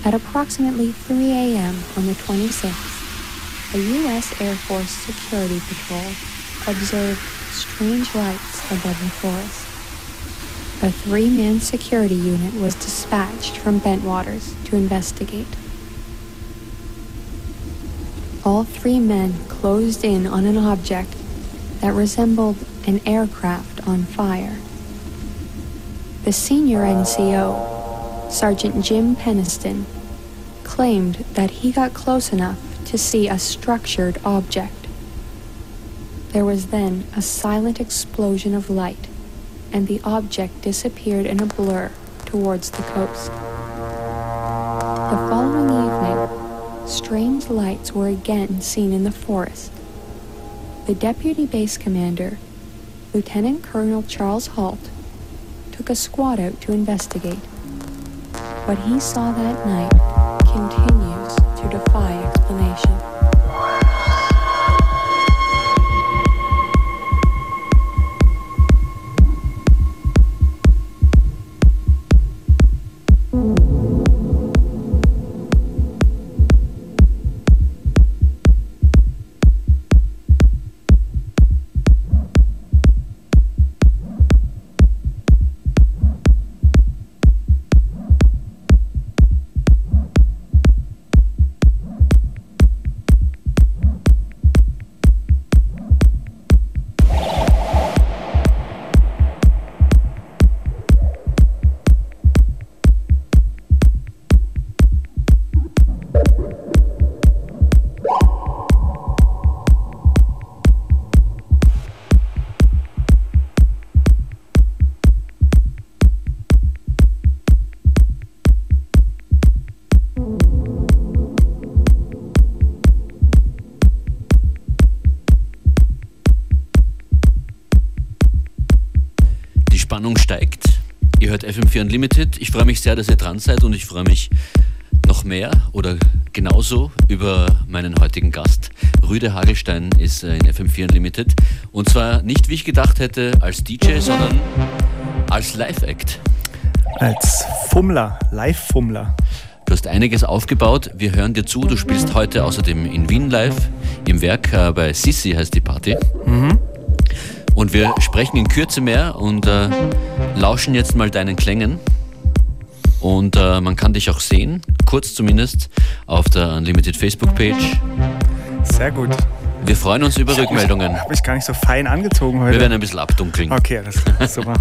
At approximately 3 a.m. on the 26th, a U.S. Air Force security patrol observed strange lights above the forest. A 3-man security unit was dispatched from Bentwaters to investigate. All 3 men closed in on an object that resembled an aircraft on fire. The senior NCO, Sergeant Jim Peniston, claimed that he got close enough to see a structured object. There was then a silent explosion of light, and the object disappeared in a blur towards the coast. The following evening, strange lights were again seen in the forest. The deputy base commander, Lieutenant Colonel Charles Halt, took a squad out to investigate. What he saw that night continues to defy explanation. Spannung steigt. Ihr hört FM4 Unlimited. Ich freue mich sehr, dass ihr dran seid und ich freue mich noch mehr oder genauso über meinen heutigen Gast. Rüde Hagelstein ist in FM4 Unlimited und zwar nicht, wie ich gedacht hätte, als DJ, sondern als Live-Act. Als Fummler, Live-Fummler. Du hast einiges aufgebaut. Wir hören dir zu. Du spielst heute außerdem in Wien live, im Werk bei Sissi heißt die Party. Mhm. Und wir sprechen in Kürze mehr und lauschen jetzt mal deinen Klängen. Und man kann dich auch sehen, kurz zumindest, auf der Unlimited Facebook-Page. Sehr gut. Wir freuen uns über Rückmeldungen. Habe ich gar nicht so fein angezogen heute. Wir werden ein bisschen abdunkeln. Okay, alles klar. Super.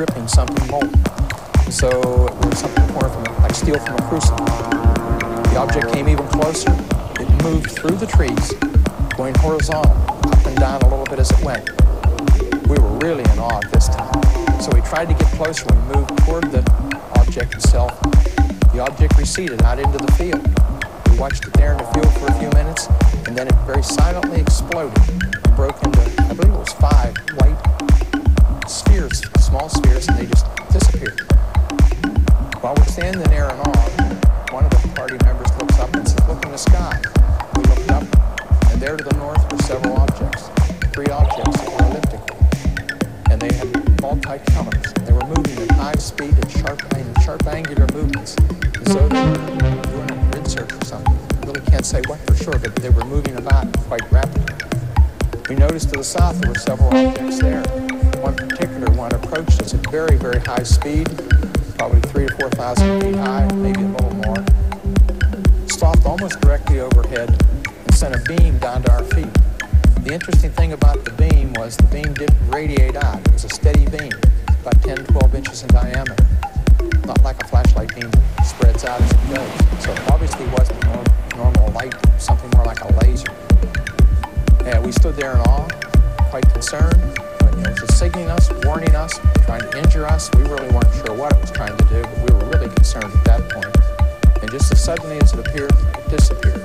dripping something molten. So it was something more like steel from a crucible. The object came even closer. It moved through the trees, going horizontal, up and down a little bit as it went. We were really in awe at this time. So we tried to get closer. We moved toward the object itself. The object receded out into the field. We watched it there in the field for a few minutes, and then it very silently exploded and broke into, I believe it was 5 white spheres, small spheres, and they just disappeared. While we're standing there in awe, one of the party members looks up and says, "Look in the sky." We looked up, and there to the north were several objects, 3 objects that were elliptical, and they had multi-colors. They were moving at high speed and sharp angular movements, and so they were doing a grid search or something. I really can't say what for sure, but they were moving about quite rapidly. We noticed to the south there were several objects there. One particular one approached us at very, very high speed, probably 3,000 to 4,000 feet high, maybe a little more. Stopped almost directly overhead and sent a beam down to our feet. The interesting thing about the beam was the beam didn't radiate out. It was a steady beam, about 10, 12 inches in diameter. Not like a flashlight beam that spreads out as it goes. So it obviously wasn't normal light, something more like a laser. And we stood there in awe, quite concerned. But, it was just signaling us, warning us, trying to injure us. We really weren't sure what it was trying to do, but we were really concerned at that point. And just as suddenly as it appeared, it disappeared.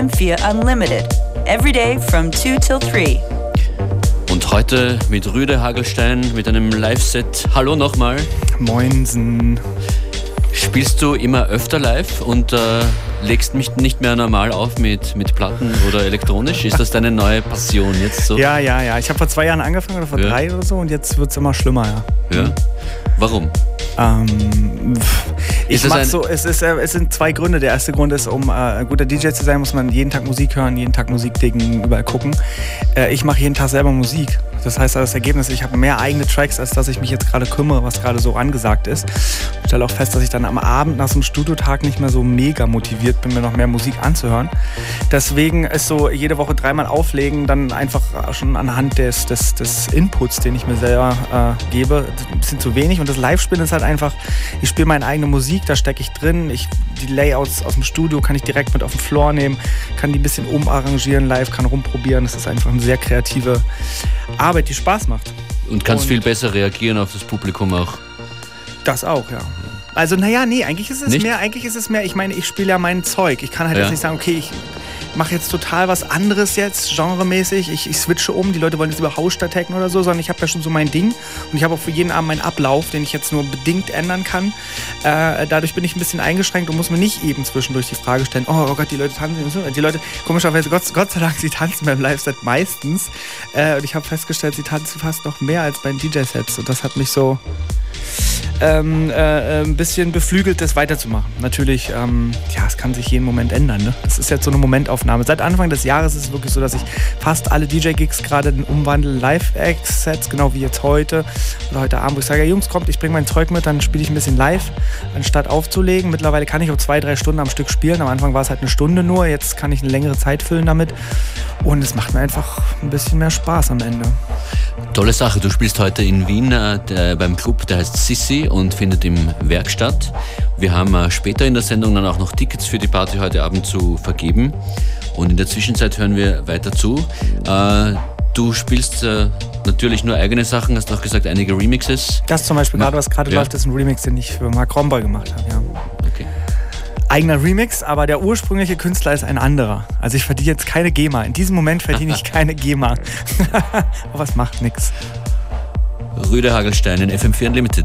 FM4 Unlimited. Every day from 2 till 3. Und heute mit Rüde Hagelstein mit einem Live-Set. Hallo nochmal. Moinsen. Spielst du immer öfter live und legst mich nicht mehr normal auf mit Platten oder elektronisch? Ist das deine neue Passion jetzt so? Ja. Ich habe vor 2 Jahren angefangen oder vor 3 oder so und jetzt wird es immer schlimmer, ja. Ja? Warum? Es sind 2 Gründe. Der erste Grund ist, um ein guter DJ zu sein, muss man jeden Tag Musik hören, jeden Tag Musik diggen, überall gucken. Ich mache jeden Tag selber Musik. Das heißt, das Ergebnis, ich habe mehr eigene Tracks, als dass ich mich jetzt gerade kümmere, was gerade so angesagt ist. Ich stelle auch fest, dass ich dann am Abend nach so einem Studiotag nicht mehr so mega motiviert bin, mir noch mehr Musik anzuhören. Deswegen ist so jede Woche 3-mal auflegen, dann einfach schon anhand des Inputs, den ich mir selber gebe, ein bisschen zu wenig. Und das Live-Spielen ist halt einfach, ich spiele meine eigene Musik, da stecke ich drin. Die Layouts aus dem Studio kann ich direkt mit auf den Floor nehmen, kann die ein bisschen umarrangieren live, kann rumprobieren. Das ist einfach eine sehr kreative Arbeit, die Spaß macht. Und kannst viel besser reagieren auf das Publikum auch. Das auch, ja. Also eigentlich ist es mehr, ich meine, ich spiele ja mein Zeug. Ich kann halt jetzt nicht sagen, okay, ich mache jetzt total was anderes jetzt, genremäßig. Ich switche um, die Leute wollen jetzt über House statt Techno oder so, sondern ich habe ja schon so mein Ding. Und ich habe auch für jeden Abend meinen Ablauf, den ich jetzt nur bedingt ändern kann. Dadurch bin ich ein bisschen eingeschränkt und muss mir nicht eben zwischendurch die Frage stellen, oh Gott, die Leute tanzen. Die Leute, komischerweise, Gott sei Dank, sie tanzen beim Live-Set meistens. Und ich habe festgestellt, sie tanzen fast noch mehr als bei den DJ-Sets. Und das hat mich so ein bisschen beflügelt, das weiterzumachen. Natürlich, es kann sich jeden Moment ändern. Ne? Das ist jetzt so eine Momentaufnahme. Seit Anfang des Jahres ist es wirklich so, dass ich fast alle DJ-Gigs gerade umwandle, Live-Acts-Sets, genau wie jetzt heute oder heute Abend, wo ich sage, ja, Jungs, kommt, ich bringe mein Zeug mit, dann spiele ich ein bisschen live, anstatt aufzulegen. Mittlerweile kann ich auch 2-3 Stunden am Stück spielen. Am Anfang war es halt eine Stunde nur, jetzt kann ich eine längere Zeit füllen damit. Und es macht mir einfach ein bisschen mehr Spaß am Ende. Tolle Sache. Du spielst heute in Wien beim Club, der heißt Sissi und findet im Werk statt. Wir haben später in der Sendung dann auch noch Tickets für die Party heute Abend zu vergeben. Und in der Zwischenzeit hören wir weiter zu. Du spielst natürlich nur eigene Sachen, hast auch gesagt, einige Remixes. Das zum Beispiel gerade, was gerade läuft, ist ein Remix, den ich für Mark Romboy gemacht habe. Ja. Okay. Eigener Remix, aber der ursprüngliche Künstler ist ein anderer. Also ich verdiene jetzt keine GEMA. In diesem Moment verdiene ich keine GEMA. Aber es macht nichts. Rüde Hagelstein in FM4 Unlimited.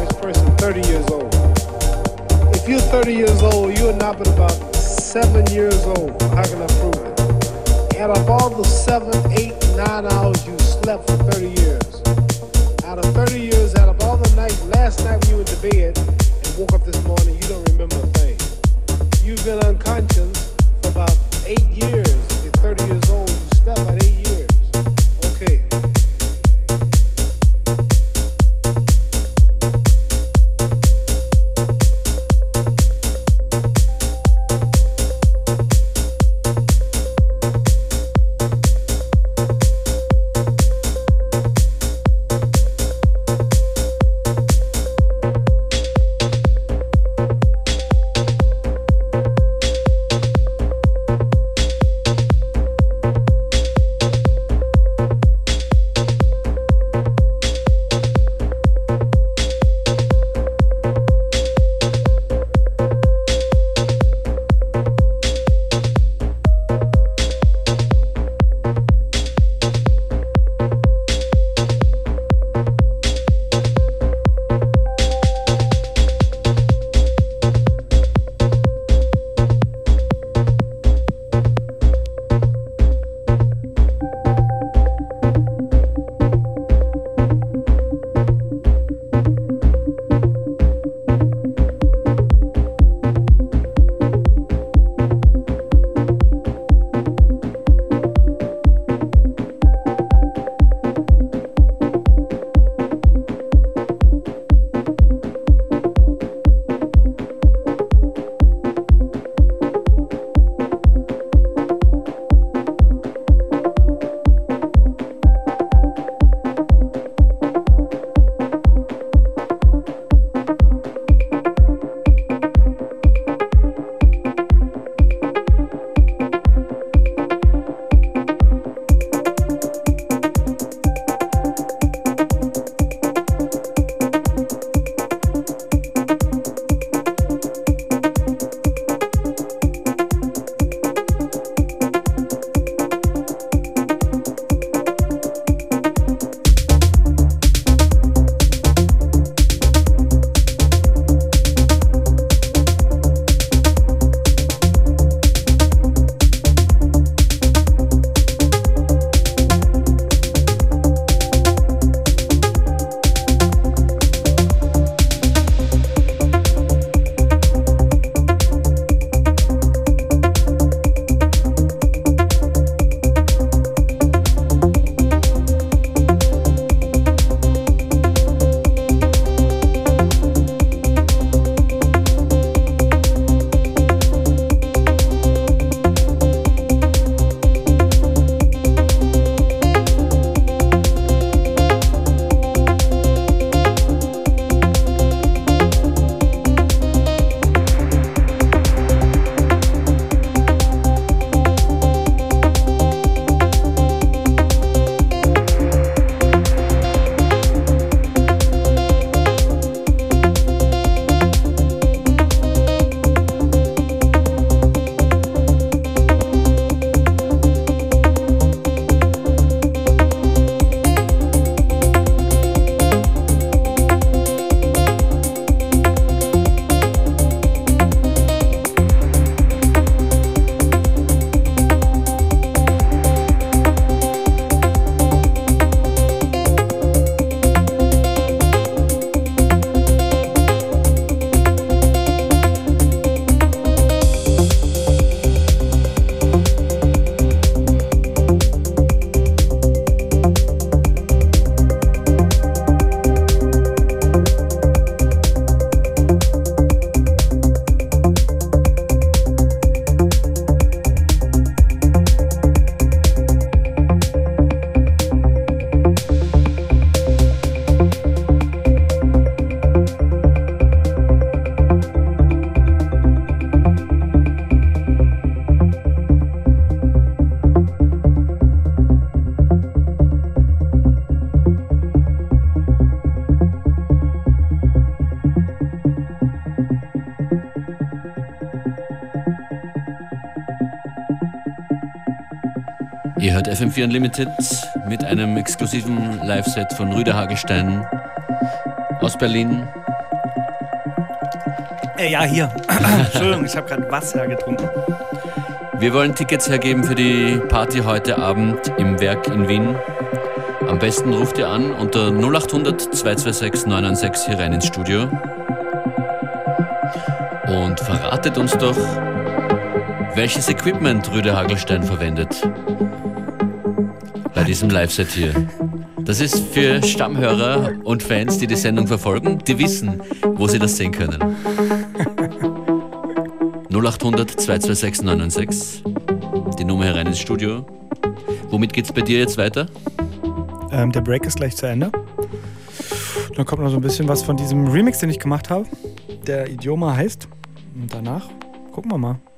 average person 30 years old. If you're 30 years old, you're not but about 7 years old. How can I prove it? Out of all the 7, 8, 9 hours you slept for 30 years, out of 30 years, out of all the nights, last night when you went to bed and woke up this morning, you don't remember a thing. You've been unconscious for about 8 years. If you're 30 years old, you slept about 8 years. Okay. Ihr hört FM4 Unlimited mit einem exklusiven Live-Set von Rüde Hagelstein aus Berlin Ja, hier. Entschuldigung, ich habe gerade Wasser getrunken. Wir wollen Tickets hergeben für die Party heute Abend im Werk in Wien. Am besten ruft ihr an unter 0800 226 996 hier rein ins Studio und verratet uns doch, welches Equipment Rüde Hagelstein verwendet bei diesem Live-Set hier. Das ist für Stammhörer und Fans, die die Sendung verfolgen, die wissen, wo sie das sehen können. 0800 226 996, die Nummer herein ins Studio. Womit geht's bei dir jetzt weiter? Der Break ist gleich zu Ende. Dann kommt noch so ein bisschen was von diesem Remix, den ich gemacht habe, der Idioma heißt. Und danach gucken wir mal.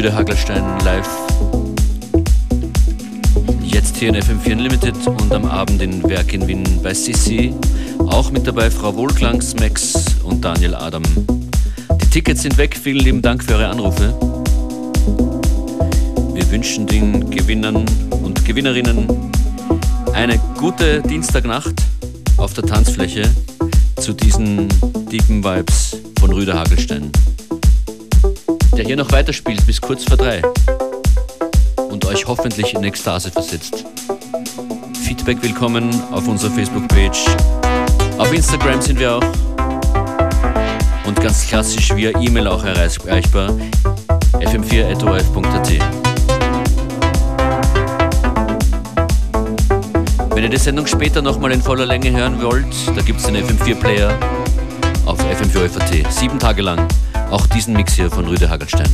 Rüde Hagelstein live. Jetzt hier in FM4 Unlimited und am Abend in Werk in Wien bei Sissi. Auch mit dabei Frau Wohlklangs, Max und Daniel Adam. Die Tickets sind weg, vielen lieben Dank für eure Anrufe. Wir wünschen den Gewinnern und Gewinnerinnen eine gute Dienstagnacht auf der Tanzfläche zu diesen deepen Vibes von Rüde Hagelstein, der hier noch weiterspielt bis kurz vor 3 und euch hoffentlich in Ekstase versetzt. Feedback willkommen auf unserer Facebook-Page. Auf Instagram sind wir auch und ganz klassisch via E-Mail auch erreichbar fm4@orf.at. Wenn ihr die Sendung später nochmal in voller Länge hören wollt, da gibt es den FM4-Player auf FM4.at. 7 Tage lang. Auch diesen Mix hier von Rüde Hagelstein.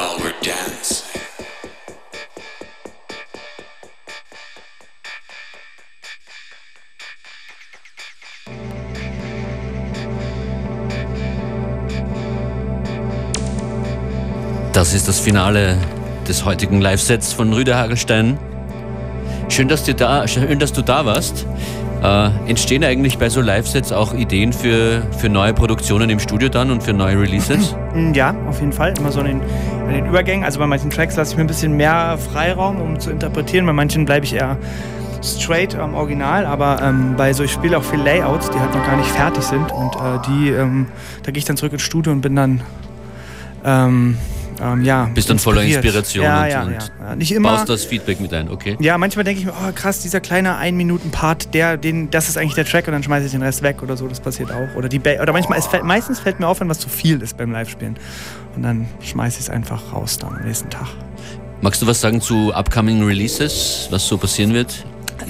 while we're dancing. Das ist das Finale des heutigen Live-Sets von Rüde Hagelstein. Schön, dass du da warst. Entstehen eigentlich bei so Live-Sets auch Ideen für neue Produktionen im Studio dann und für neue Releases? Ja, auf jeden Fall. Immer so in den Übergängen. Also bei manchen Tracks lasse ich mir ein bisschen mehr Freiraum, um zu interpretieren. Bei manchen bleibe ich eher straight am Original, aber ich spiele auch viel Layouts, die halt noch gar nicht fertig sind. Und da gehe ich dann zurück ins Studio und bin dann bist dann voller Inspiration und nicht immer, baust das Feedback mit ein, okay? Ja, manchmal denke ich mir, oh krass, dieser kleine 1-Minuten-Part, das ist eigentlich der Track und dann schmeiße ich den Rest weg oder so, das passiert auch. Oder meistens fällt mir auf, wenn was zu viel ist beim Live-Spielen und dann schmeiße ich es einfach raus dann am nächsten Tag. Magst du was sagen zu upcoming Releases, was so passieren wird?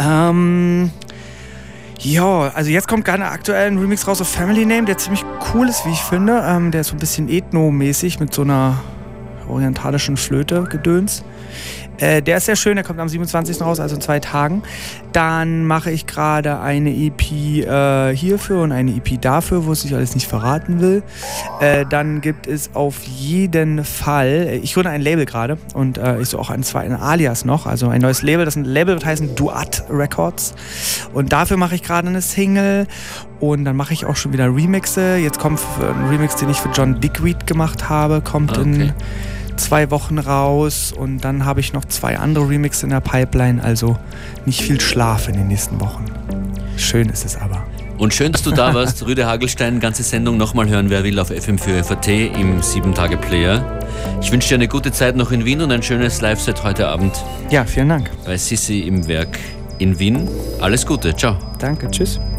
Ja, also jetzt kommt gerade aktuell ein Remix raus auf Family Name, der ziemlich cool ist, wie ich finde. Der ist so ein bisschen ethno-mäßig mit so einer orientalischen Flöte-Gedöns. Der ist sehr schön, der kommt am 27. raus, also in 2 Tagen. Dann mache ich gerade eine EP hierfür und eine EP dafür, wo ich alles nicht verraten will. Dann gibt es auf jeden Fall, ich gründe ein Label gerade und ich so auch ein Alias noch, also ein neues Label. Das ist ein Label, das heißt Duat Records. Und dafür mache ich gerade eine Single und dann mache ich auch schon wieder Remixe. Jetzt kommt ein Remix, den ich für John Digweed gemacht habe, kommt in 2 Wochen raus und dann habe ich noch 2 andere Remixes in der Pipeline, also nicht viel Schlaf in den nächsten Wochen. Schön ist es aber. Und schön, dass du da warst, Rüde Hagelstein, ganze Sendung nochmal hören, wer will, auf FM4 FAT im 7-Tage-Player. Ich wünsche dir eine gute Zeit noch in Wien und ein schönes Live-Set heute Abend. Ja, vielen Dank. Bei Sissi im Werk in Wien. Alles Gute, ciao. Danke, tschüss.